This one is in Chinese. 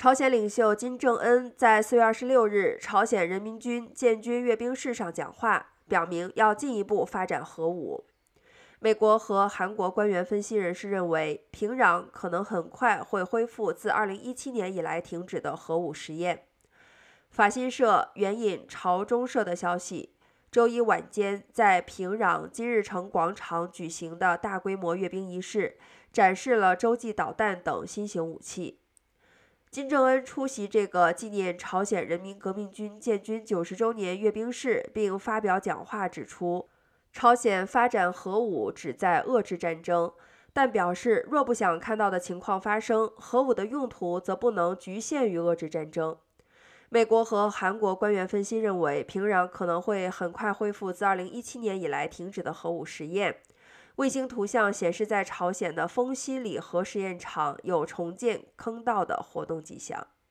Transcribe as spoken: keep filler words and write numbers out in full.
朝鲜领袖金正恩在四月二十六日朝鲜人民军建军阅兵式上讲话，表明要进一步发展核武。美国和韩国官员分析人士认为，平壤可能很快会恢复自二零一七年以来停止的核武实验。法新社援引朝中社的消息，周一晚间在平壤金日成广场举行的大规模阅兵仪式，展示了洲际导弹等新型武器。金正恩出席这个纪念朝鲜人民革命军建军九十周年阅兵式，并发表讲话指出，朝鲜发展核武旨在遏制战争，但表示若不想看到的情况发生，核武的用途则不能局限于遏制战争。美国和韩国官员分析认为，平壤可能会很快恢复自二零一七年以来停止的核武实验。卫星图像显示，在朝鲜的丰西里核试验场有重建坑道的活动迹象。